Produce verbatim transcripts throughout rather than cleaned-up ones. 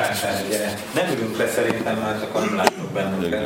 Gácsár, ugye nem ülünk le szerintem, már csak nem látok bennünket.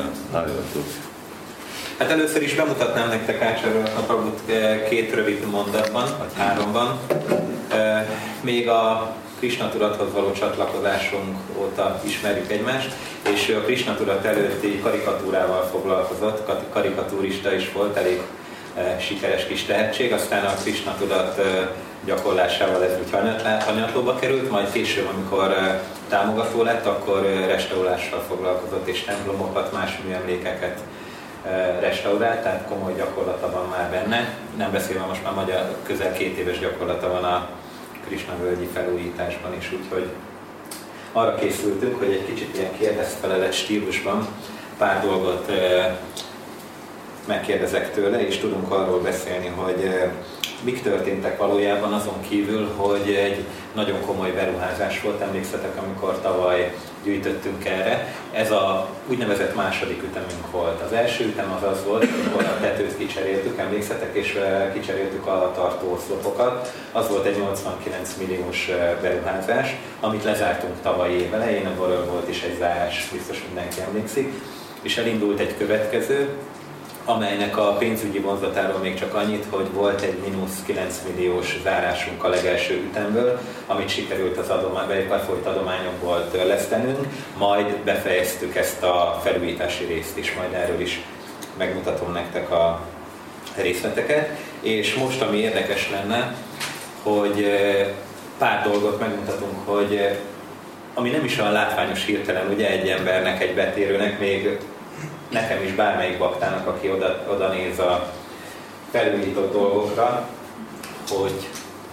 Hát először is bemutatnám nektek Gácsár a Prabhut két rövid mondatban, vagy háromban. Még a Krisna tudathoz való csatlakozásunk óta ismerjük egymást, és ő a Krisna tudat előtti karikatúrával foglalkozott, karikatúrista is volt, elég sikeres kis tehetség, aztán a Krisna tudat gyakorlásával ez úgy hanyatlóba került, majd később, amikor támogató lett, akkor restaurálással foglalkozott, és templomokat, más műemlékeket restaurált, tehát komoly gyakorlata van már benne. Nem beszélve, most már magyar, közel két éves gyakorlata van a Krisna völgyi felújításban is, úgyhogy arra készültünk, hogy egy kicsit ilyen kérdezfelelet stílusban pár dolgot megkérdezek tőle, és tudunk arról beszélni, hogy mik történtek valójában, azon kívül, hogy egy nagyon komoly beruházás volt, emlékszetek, amikor tavaly gyűjtöttünk erre. Ez a úgynevezett második ütemünk volt. Az első ütem az az volt, amikor a tetőt kicseréltük, emlékszetek, és kicseréltük a tartó oszlopokat. Az volt egy nyolcvankilenc milliós beruházás, amit lezártunk tavaly év elején, abból volt is egy zárás, biztos mindenki emlékszik, és elindult egy következő, amelynek a pénzügyi vonzatáról még csak annyit, hogy volt egy mínusz kilenc milliós zárásunk a legelső ütemből, amit sikerült az adomány, befolyt adományokból törlesztenünk, majd befejeztük ezt a felújítási részt is, majd erről is megmutatom nektek a részleteket. És most, ami érdekes lenne, hogy pár dolgot megmutatunk, hogy ami nem is olyan látványos hirtelen, ugye egy embernek, egy betérőnek, még nekem is, bármelyik baktának, aki oda, oda néz a felújított dolgokra, hogy,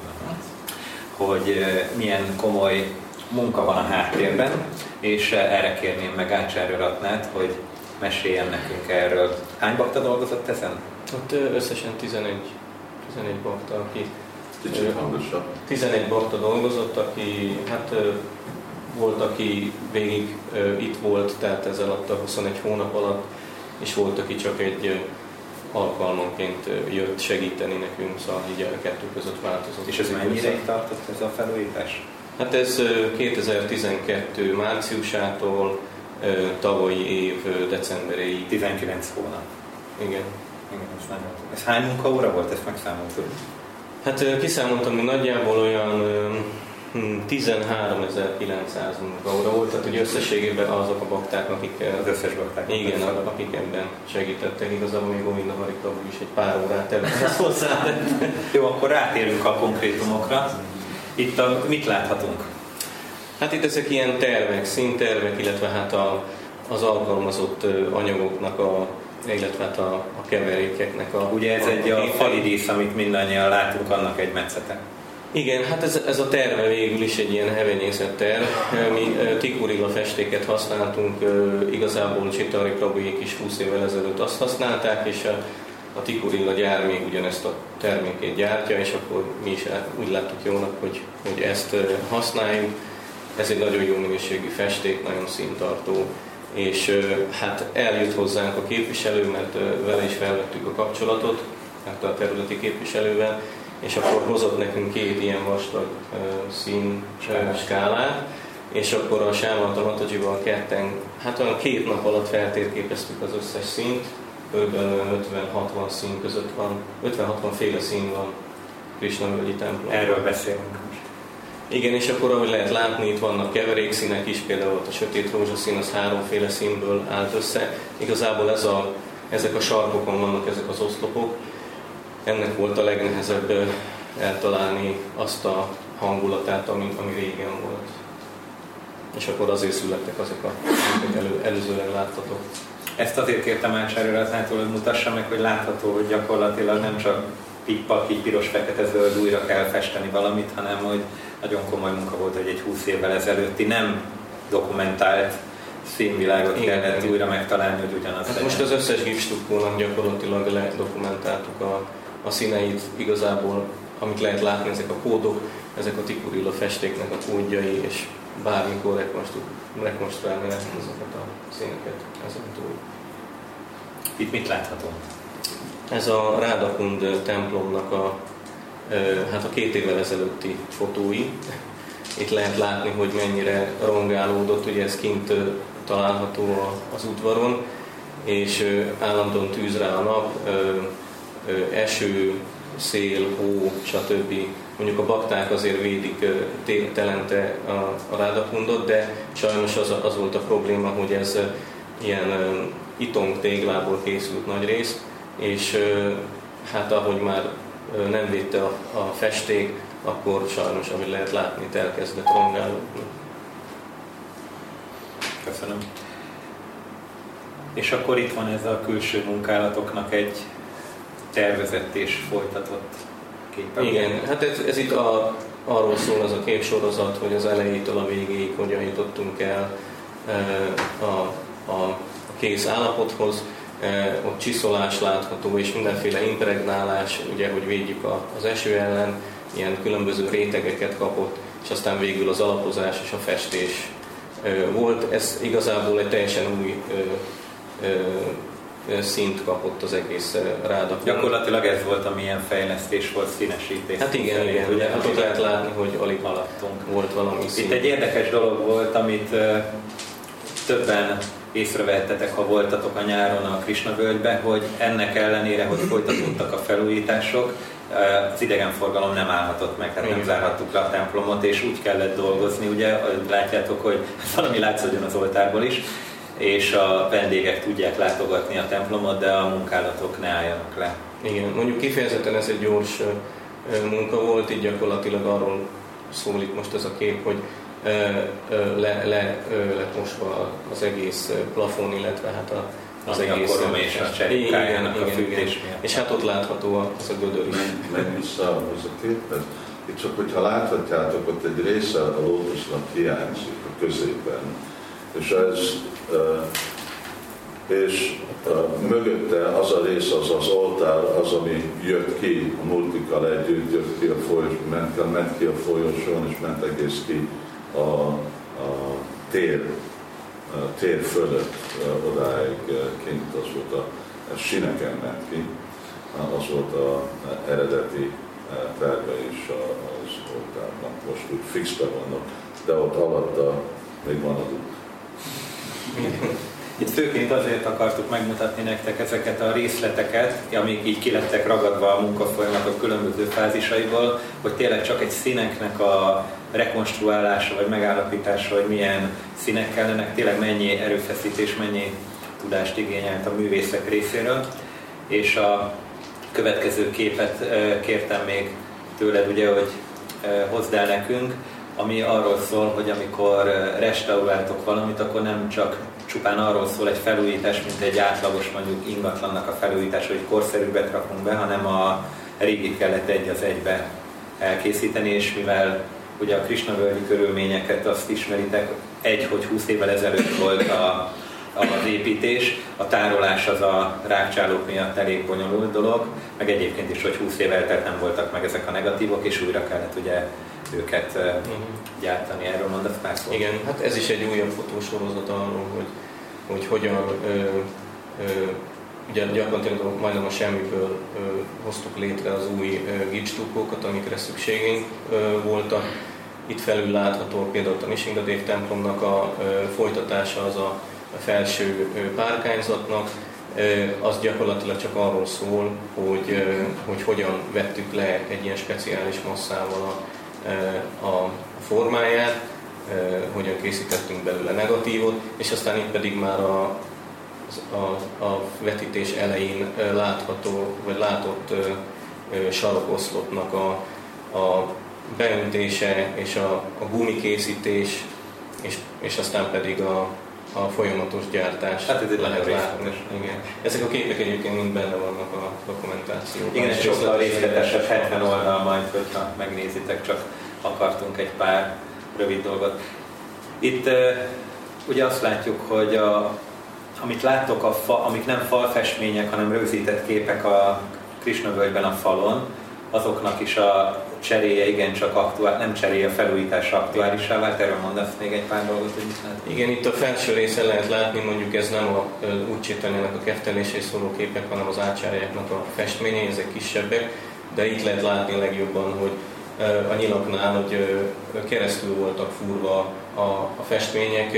hogy milyen komoly munka van a háttérben, és erre kérném meg Gácsár Ratnát, hogy meséljen nekünk erről. Hány bakta dolgozott ezen? Ott összesen tizenegy, tizenegy bakta, aki tizenegy bakta dolgozott, aki hát volt, aki végig uh, itt volt, tehát ez alatt a huszonegy hónap alatt, és volt, aki csak egy uh, alkalmanként uh, jött segíteni nekünk, szóval így a kettő között változott. És ez mennyire tartott ez a felújítás? Hát ez uh, kétezer-tizenkettő márciusától uh, tavalyi év uh, decemberéig. tizenkilenc hónap. Igen. Igen, ez nagyon. Ez hány munkaóra volt, ezt megszámoltuk? Hát uh, kiszámoltam, hogy nagyjából olyan uh, tizenháromezer-kilencszáz munkaóra volt, tehát hogy összességében azok a bakták, akik, az összes bakták, igen, akik ebben segítettek, igazából még Govinda Hari Prabhu is egy pár órát ebben hozzátett. Jó, akkor rátérünk a konkrétumokra. Itt a, mit láthatunk? Hát itt ezek ilyen tervek, színtervek, illetve hát a, az alkalmazott anyagoknak, a, illetve hát a, a keverékeknek a... Ugye ez a, egy a, a falidísz, amit mindannyian látunk, annak egy metszete. Igen, hát ez, ez a terve végül is egy ilyen hevenyészet terv. Mi tikurilla festéket használtunk, igazából Csitari Prabhuék is húsz évvel ezelőtt azt használták, és a, a tikurilla gyár még ugyanezt a termékét gyártja, és akkor mi is úgy láttuk jónak, hogy, hogy ezt használjuk. Ez egy nagyon jó minőségű festék, nagyon színtartó, és hát eljött hozzánk a képviselő, mert vele is felvettük a kapcsolatot, hát a területi képviselővel, és akkor hozott nekünk két ilyen vastag uh, szín uh, skálát, és akkor a Sámalta Matajival ketten, hát olyan két nap alatt feltérképeztük az összes színt, körülbelül ötven-hatvan szín között van, ötven-hatvan féle szín van Krisna völgyi templom. Erről beszélünk. Igen, és akkor ahogy lehet látni, itt vannak keverékszínek is, például a sötét rózsaszín az háromféle színből állt össze. Igazából ez a, ezek a sarkokon vannak ezek az oszlopok. Ennek volt a legnehezebb eltalálni azt a hangulatát, ami, ami régen volt. És akkor azért születtek azok a elő, előzőleg láthatók. Ezt azért kértem Gácsár Ratnától, hogy mutassa meg, hogy látható, hogy gyakorlatilag nem csak pikpak, így piros, fekete, zöld újra kell festeni valamit, hanem hogy nagyon komoly munka volt, hogy egy húsz évvel ezelőtti nem dokumentált színvilágot igen, kellett igen. újra megtalálni, hogy ugyanaz hát most az összes gipsstruktúrnak gyakorlatilag ledokumentáltuk a, a színeit, igazából amit lehet látni, ezek a kódok, ezek a tikurilla festéknek a kódjai, és bármikor rekonstruálni lehet ezeket a színeket ezen túl. Itt mit láthatunk? Ez a Rádakund templomnak a, hát a két évvel ezelőtti fotói. itt lehet látni, hogy mennyire rongálódott, ugye ez kint található az udvaron, és állandóan tűz rá a nap, eső, szél, hó, stb. Mondjuk a bakták azért védik telente a rádapundot, de sajnos az, az volt a probléma, hogy ez ilyen itong téglából készült nagy rész, és hát ahogy már nem védte a, a festék, akkor sajnos, amit lehet látni, itt elkezdett rongálódni. Köszönöm. És akkor itt van ez a külső munkálatoknak egy tervezett és folytatott képe. Igen, hát ez, ez itt a, arról szól az a képsorozat, hogy az elejétől a végéig hogyan jutottunk el a, a, a kész állapothoz. Ott csiszolás látható, és mindenféle impregnálás, ugye, hogy védjük az eső ellen, ilyen különböző rétegeket kapott, és aztán végül az alapozás és a festés volt. Ez igazából egy teljesen új szint kapott az egész rádapon. Gyakorlatilag ez volt, amilyen fejlesztés volt, színesítés. Hát igen, szerint, igen. Ugye, hát ott lehet látni, hogy alig alattunk. Volt valami szín. Itt egy érdekes dolog volt, amit többen észrevehettetek, ha voltatok a nyáron a Krisna völgybe, hogy ennek ellenére, hogy folytatódtak a felújítások, az idegenforgalom nem állhatott meg, tehát nem zárhattuk le a templomot, és úgy kellett dolgozni, ugye, látjátok, hogy valami látszódjon az oltárból is, és a vendégek tudják látogatni a templomot, de a munkálatok ne álljanak le. Igen, mondjuk kifejezetten ez egy gyors munka volt, így gyakorlatilag arról szól itt most ez a kép, hogy le, le, lett mosva az egész plafon, illetve hát a, az Ami egész... a korom és a cserkájának a fűtés miatt. És hát ott látható az a gödör is. Megy vissza az a képet. Itt csak hogyha láthatjátok, ott egy része a lótusznak hiányzik a középen. És ez... és mögötte az a rész, az az oltár, az, ami jött ki a multikkal együtt, jött ki a folyos, ment, ment ki a folyosón, és ment egész ki a, a tér, a tér fölött odáig kint, az volt a, a sineken ment ki, az volt az eredeti terve is az oltárnak. Most úgy fixbe vannak, de ott alatta még van az út. Itt főként azért akartuk megmutatni nektek ezeket a részleteket, amik így ki lettek ragadva a munkafolyamatok különböző fázisaiból, hogy tényleg csak egy színeknek a rekonstruálása vagy megállapítása, hogy milyen színek kellenek, tényleg mennyi erőfeszítés, mennyi tudást igényelt a művészek részéről. És a következő képet kértem még tőled, ugye, hogy hozd el nekünk, ami arról szól, hogy amikor restauráltok valamit, akkor nem csak csupán arról szól egy felújítás, mint egy átlagos mondjuk ingatlannak a felújítása, hogy korszerűbbet rakunk be, hanem a régi kellett egy az egybe elkészíteni, és mivel ugye a Krisna völgyi körülményeket azt ismeritek, egy, hogy húsz évvel ezelőtt volt a, az építés, a tárolás az a rákcsálók miatt elég bonyolult dolog, meg egyébként is, hogy húsz év eltelt nem voltak meg ezek a negatívok, és újra kellett ugye őket uh, gyártani. Erről mondasz pár szót? Igen, hát ez is egy újabb fotósorozat arról, hogy, hogy hogyan ö, ö, ugye gyakorlatilag majdnem a semmiből ö, hoztuk létre az új gipsztukkókat, amikre szükségünk ö, voltak. Itt felül látható például a Nishingadev templomnak a ö, folytatása az a felső ö, párkányzatnak. Ö, az gyakorlatilag csak arról szól, hogy, ö, hogy hogyan vettük le egy ilyen speciális masszával a a formáját, hogyan készítettünk belőle negatívot, és aztán itt pedig már a, a, a vetítés elején látható, vagy látott sarokoszlopnak a, a beöntése és a, a gumikészítés, és, és aztán pedig a, a folyamatos gyártás. Hát ez lehet látni. Igen. Ezek a képek egyébként mind benne vannak a dokumentációban. Igen, ez sokkal részletesebb, hetven oldal majd, hogyha megnézitek, csak akartunk egy pár rövid dolgot. Itt uh, ugye azt látjuk, hogy a, amit láttok, a fa, amik nem falfestmények, hanem rögzített képek a Krisna völgyben a falon, azoknak is a cseréje igencsak aktuál, nem cseréje, a felújítása aktuálissá vált. Erről mondasz még egy pár dolgot, hogy mit lehet? Igen, itt a felső részen lehet látni, mondjuk ez nem a Úcsétanjának a keftelésé szóló képek, hanem az ácsárjáknak a festményei, ezek kisebbek, de itt lehet látni legjobban, hogy a nyilaknál, hogy keresztül voltak fúrva a, a festmények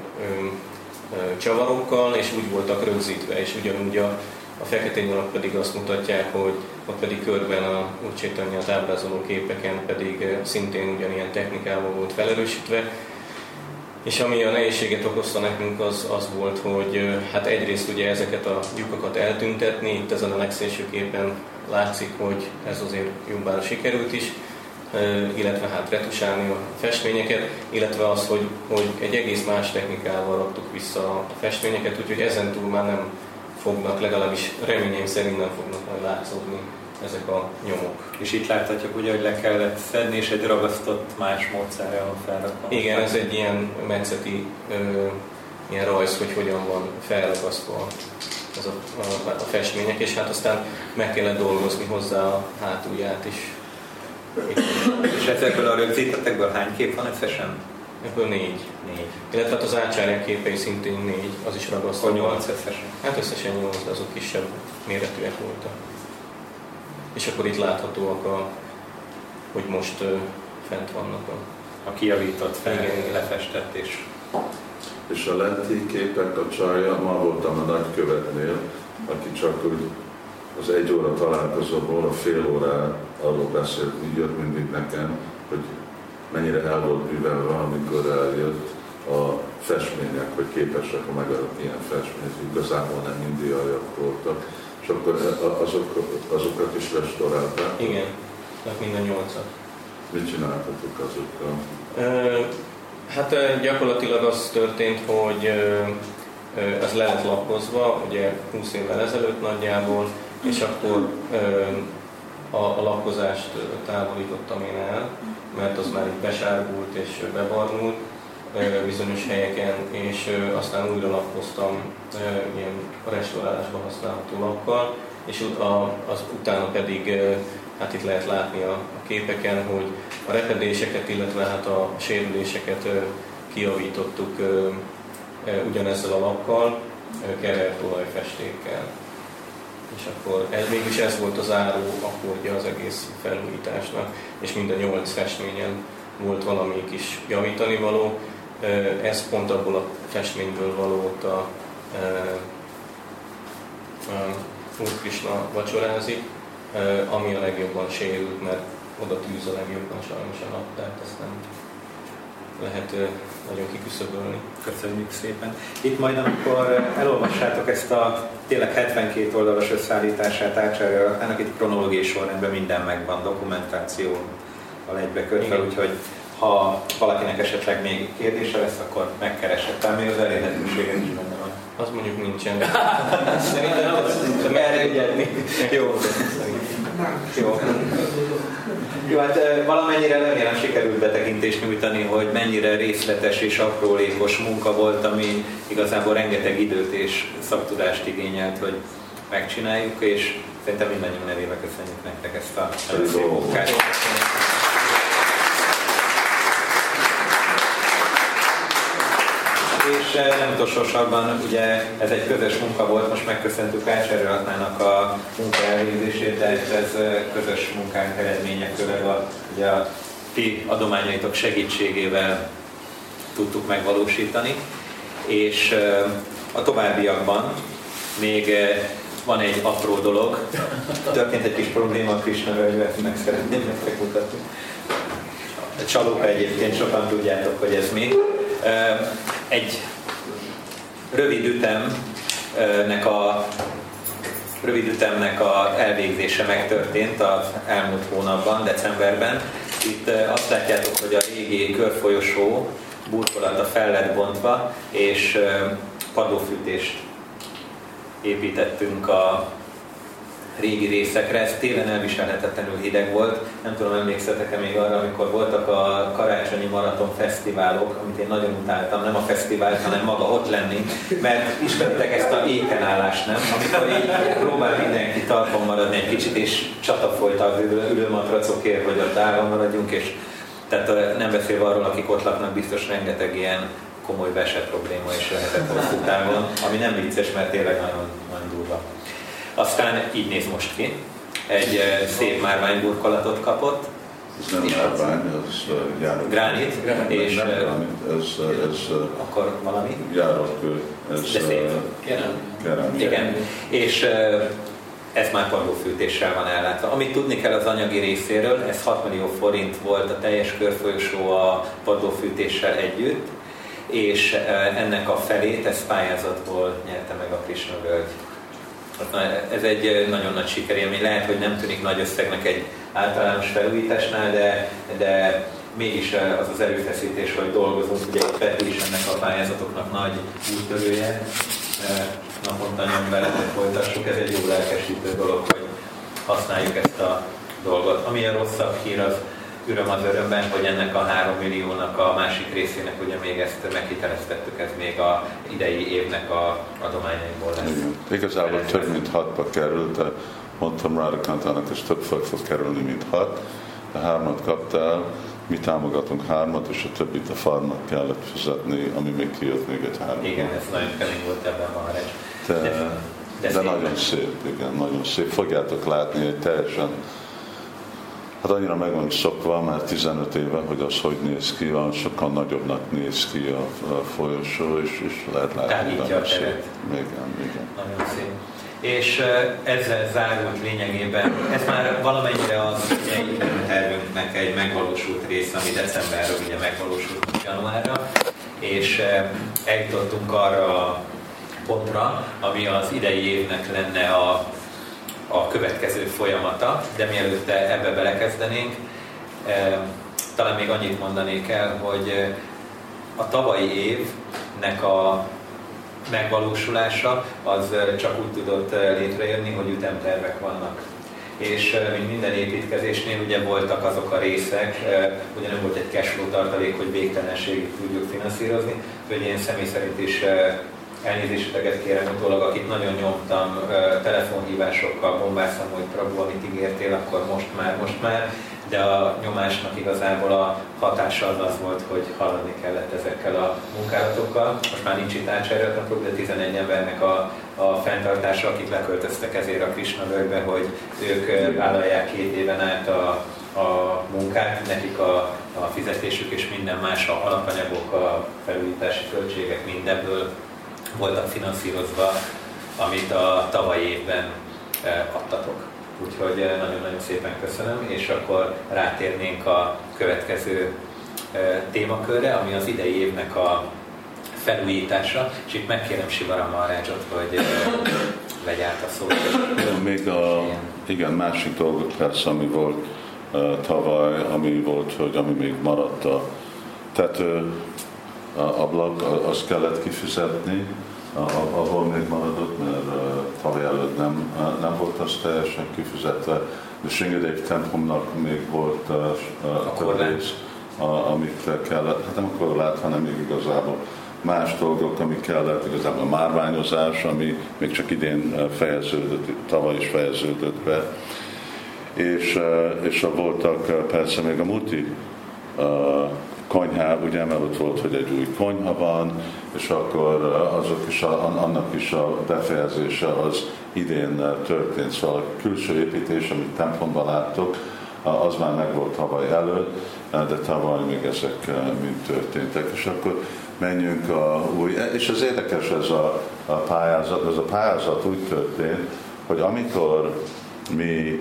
csavarokkal, és úgy voltak rögzítve, és ugyanúgy a, a fekete nyilak pedig azt mutatják, hogy ott pedig körben a Úr Chaitanyát ábrázoló képeken pedig szintén ugyanilyen technikával volt felerősítve. És ami a nehézséget okozta nekünk az, az volt, hogy hát egyrészt ugye ezeket a lyukakat eltüntetni, itt ezen a legszélső képen látszik, hogy ez azért jobbára sikerült is, illetve hát retusálni a festményeket, illetve az, hogy, hogy egy egész más technikával raktuk vissza a festményeket, úgyhogy ezentúl már nem fognak, legalábbis reményeim szerint nem fognak majd látszódni ezek a nyomok. És itt láthatjuk ugye, hogy le kellett szedni, és egy ragasztott más módszerrel felrakva. Igen, ez egy ilyen metszeti ö, ilyen rajz, hogy hogyan van felragasztva ez a, a, a festmények, és hát aztán meg kellett dolgozni hozzá a hátulját is. És ezekből a rögzítettekből hány kép van összesen? Ebből négy. Négy. Illetve hát az ácsárják képei szintén négy, az is ragasztva. Nyolc összesen? Hát összesen nyolc, de azok kisebb méretűek voltak. És akkor itt láthatóak, a, hogy most uh, fent vannak a... A kijavított, fel, igen, lefestett és... És a lenti képek, a csarja, ma voltam a nagykövetnél, aki csak úgy az egy óra találkozóból a fél órá arról beszélt, így jött mindig nekem, hogy mennyire el volt művelve, amikor eljött a festmények, hogy képesek a megadni ilyen festményt, igazából nem indiaiak voltak, és akkor azok, azokat is restaurálták. Igen, tehát mind a nyolcat. Mit csináltatok azokkal? Ö, hát gyakorlatilag az történt, hogy ez le lett lapozva, ugye húsz évvel ezelőtt nagyjából, és akkor a, a lapozást távolítottam én el, mert az már így besárgult és bebarnult bizonyos helyeken, és aztán újra lapoztam ilyen restaurálásban használható lappal, és az utána pedig, hát itt lehet látni a, a képeken, hogy a repedéseket, illetve hát a sérüléseket kijavítottuk ugyanezzel a lappal, kevert olajfestékkel. És akkor ez mégis ez volt az áró akkordja az egész felújításnak, és mind a nyolc festményen volt valami kis javítani való. Ez pont abból a festményből való ott a, a, a Úr Krisna vacsorázik, ami a legjobban sérült, mert oda tűz a legjobban sajnos a nap, tehát ezt nem lehet nagyon kiküszöbölni. Köszönjük szépen. Itt majd, amikor elolvassátok ezt a tényleg hetvenkét oldalas összeállítását Ácsárya-nak, itt kronológiai sorrendben minden megvan, dokumentációval egybekötve, úgyhogy ha valakinek esetleg még kérdése lesz, akkor megkeresett. Tehát még az elérhetőséget is benne van. Az mondjuk nincsen. Szerintem az merre ügyelni. Jó. Jó. Jó, hát valamennyire remélem sikerült betekintést nyújtani, hogy mennyire részletes és aprólékos munka volt, ami igazából rengeteg időt és szaktudást igényelt, hogy megcsináljuk, és szerintem mindannyiunk nevében köszönjük nektek ezt a szép munkát. És nem utolsó sorban, ugye ez egy közös munka volt, most megköszöntük Ácsárya-nak a munka elvégzését, de ez közös munkánk eredménye, főleg a, ugye a ti adományaitok segítségével tudtuk megvalósítani. És a továbbiakban még van egy apró dolog, történt egy kis probléma a Krisna völgyben, meg szeretném nektek mutatni. A csalóka egyébként, sokan tudjátok, hogy ez mi. Egy rövid ütemnek a rövid ütemnek a elvégzése megtörtént az elmúlt hónapban, decemberben. Itt azt látjátok, hogy a régi körfolyosó burkolata fel lett bontva, és padlófűtést építettünk a régi részekre. Ez télen elviselhetetlenül hideg volt. Nem tudom, emlékszetek-e még arra, amikor voltak a karácsonyi maraton fesztiválok, amit én nagyon utáltam, nem a fesztivált, hanem maga ott lenni, mert ismeritek ezt a ékenállást, nem? Amikor így próbál mindenki talpon maradni egy kicsit, és csata folyt az ülőmatracokért, hogy ott állva maradjunk, és tehát nem beszélve arról, akik ott laknak, biztos rengeteg ilyen komoly vese probléma is lehetett hosszú távon, ami nem vicces, mert tényleg nagyon, nagyon durva. Aztán így néz most ki. Egy szép márványburkolatot kapott, Ez nem márvány, ez járókő. Gránit. És nem gránit, ez, ez akkor valami? Járókő. Ez kerámia. Igen. És ez már padlófűtéssel van ellátva. Amit tudni kell az anyagi részéről, ez hat millió forint volt a teljes körfolyosó a padlófűtéssel együtt, és ennek a felét, ez pályázatból nyerte meg a Krishna völgy. Ez egy nagyon nagy sikerélmény. Lehet, hogy nem tűnik nagy összegnek egy általános felújításnál, de, de mégis az az erőfeszítés, hogy dolgozunk. Ugye itt Peti is ennek a pályázatoknak nagy úttörője. Naponta nyom vele, hogy folytassuk. Ez egy jó lelkesítő dolog, hogy használjuk ezt a dolgot. Ami a rosszabb hír, az öröm az örömben, hogy ennek a három milliónak a másik részének ugye még ezt meghiteleztettük, ez még a idei évnek a adományaiból lesz. Igen. Igazából több mint hatba került, de mondtam Radhakantának, és több föl fog kerülni, mint hat. De hármat kaptál, mi támogatunk hármat, és a többit a farmnak kellett fizetni, ami még kijött még egy három. Igen, ez nagyon kemény volt ebben a Maharaj. De, de, de, de nagyon szép, igen, nagyon szép. Fogjátok látni, hogy teljesen, hát annyira meg van szokva már tizenöt éve, hogy az hogy néz ki, van sokkal nagyobbnak néz ki a, a folyosó, és, és lehet látni. Tágítja a teret. Igen, igen. Nagyon szép. És ezzel zárult lényegében, ez már valamennyire az ugye tervünknek egy megvalósult része, ami decemberről ugye megvalósult januárra, és eljutottunk arra a pontra, ami az idei évnek lenne a, a következő folyamata, de mielőtt ebbe belekezdenénk, talán még annyit mondanék el, hogy a tavalyi évnek a megvalósulása az csak úgy tudott létrejönni, hogy ütemtervek vannak. És mint minden építkezésnél ugye voltak azok a részek, ugye nem volt egy cashflow tartalék, hogy végtelenségig tudjuk finanszírozni, hogy én személy szerint is elnézéseteket kérem utólag, akit nagyon nyomtam telefonhívásokkal, bombáztam, hogy Prabhu, amit ígértél, akkor most már, most már, de a nyomásnak igazából a hatása az az volt, hogy haladni kellett ezekkel a munkálatokkal. Most már nincs itt Ácsára, de tizenegy embernek a, a fenntartása, akik leköltöztek ezért a Krishna völgybe, hogy ők vállalják két éven át a, a munkát, nekik a, a fizetésük és minden más, a alapanyagok, a felújítási költségek mindebből voltak finanszírozva, amit a tavalyi évben adtatok. Úgyhogy nagyon-nagyon szépen köszönöm, és akkor rátérnénk a következő témakörre, ami az idei évnek a felújítása, és itt megkérem Sivaram Maharajot, hogy vegy át a szót. Még a, igen, másik dolgok persze, ami volt uh, tavaly, ami volt, hogy ami még maradt a tető, a ablak, azt kellett kifizetni, ahol még maradott, mert uh, tavaly előtt nem, uh, nem volt az teljesen kifizetve, de Singadev templomnak még volt uh, több rész, uh, amit kellett, hát nem a korlát, hanem még igazából más dolgok, ami kellett, igazából a márványozás, ami még csak idén fejeződött, tavaly is fejeződött be, és, uh, és voltak uh, persze még a Muti uh, konyhá, ugye, mert ott volt, hogy egy új konyha van, és akkor azok is a, annak is a befejezése az idén történt. Szóval a külső építés, amit templomban láttok, az már meg volt tavaly előtt, de tavaly még ezek mind történtek. És akkor menjünk a új, és ez érdekes ez a, a pályázat, ez a pályázat úgy történt, hogy amikor mi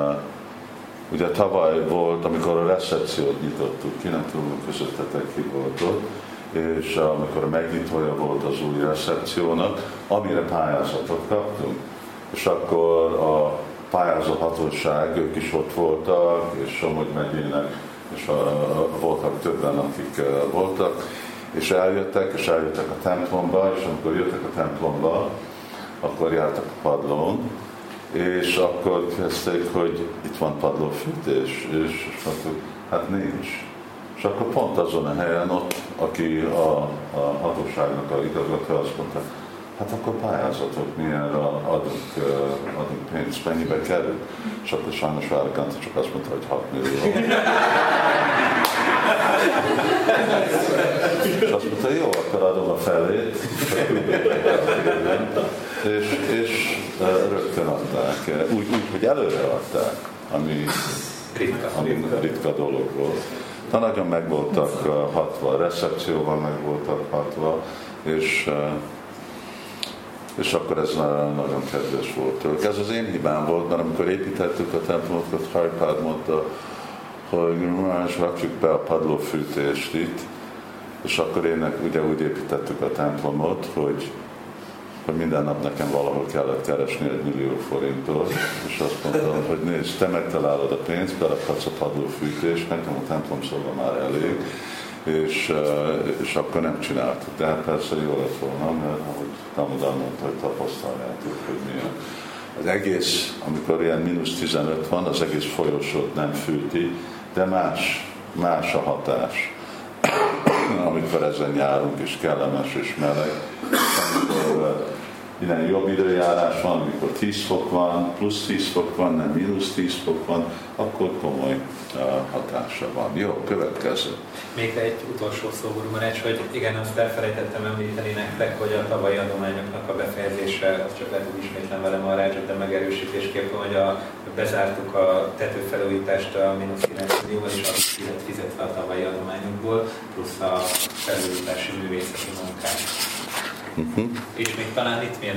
ugye tavaly volt, amikor a recepciót nyitottuk ki, nem tudom, közöttetek ki volt ott, és amikor a megnyitója volt az új recepciónak, amire pályázatot kaptunk. És akkor a pályázó hatóság, ők is ott voltak, és Somogy megyének, és a, a, voltak többen, akik voltak, és eljöttek, és eljöttek a templomba, és amikor jöttek a templomba, akkor jártak a padlón, és akkor kezdték, hogy itt van padlófűtés, és akkor hát nincs. És akkor pont azon a helyen ott, aki a, a hatóságnak a igazgatója, azt mondta, hát akkor pályázatok, milyenre adunk, adunk pénzt, mennyibe kerül. És akkor sajnos Várkánta csak azt mondta, hogy hat millió. És azt mondta, jó, akkor adom a felét, és, és rögtön adták, úgy, úgy, hogy előre adták, ami ritka, ritka, ritka dolog volt. De nagyon meg voltak hatva, a recepcióval meg voltak hatva, és, és akkor ez nagyon kedves volt tőlük. Ez az én hibám volt, mert amikor építettük a templomot, akkor Haripád mondta, hogy más rakjuk be a padlófűtést itt, és akkor én ugye úgy építettük a templomot, hogy, hogy minden nap nekem valahol kellett keresni egy millió forintot, és azt mondtam, hogy nézd, te megtalálod a pénzt, berakhatsz a padlófűtést, nekem a templomszoba már elég, és, és akkor nem csináltuk. De hát persze jó lett volna, mert ahogy Tamudán mondta, hogy tapasztaljátok, hogy milyen. Az egész, amikor ilyen mínusz tizenöt van, az egész folyosót nem fűti, de más, más a hatás. Amikor ezen járunk, és kellemes és meleg, amikor ilyen jobb időjárás van, amikor tíz fok van, plusz tíz fok van, nem mínusz tíz fok van, akkor komoly uh, hatása van. Jó, következő. Még egy utolsó szó, Guru Maharaj, hogy igen, azt elfelejtettem említeni nektek, hogy a tavalyi adományoknak a befejezése, az csak lehet, hogy ismétlen velem a Rajat, de megerősítésképpen, hogy a, bezártuk a tetőfelújítást a mínusz kilenc millióval, és azt ki lett fizetve a tavalyi adományokból, plusz a felújítási művészeti munkák. Uh-huh. És még talán itt, mielőtt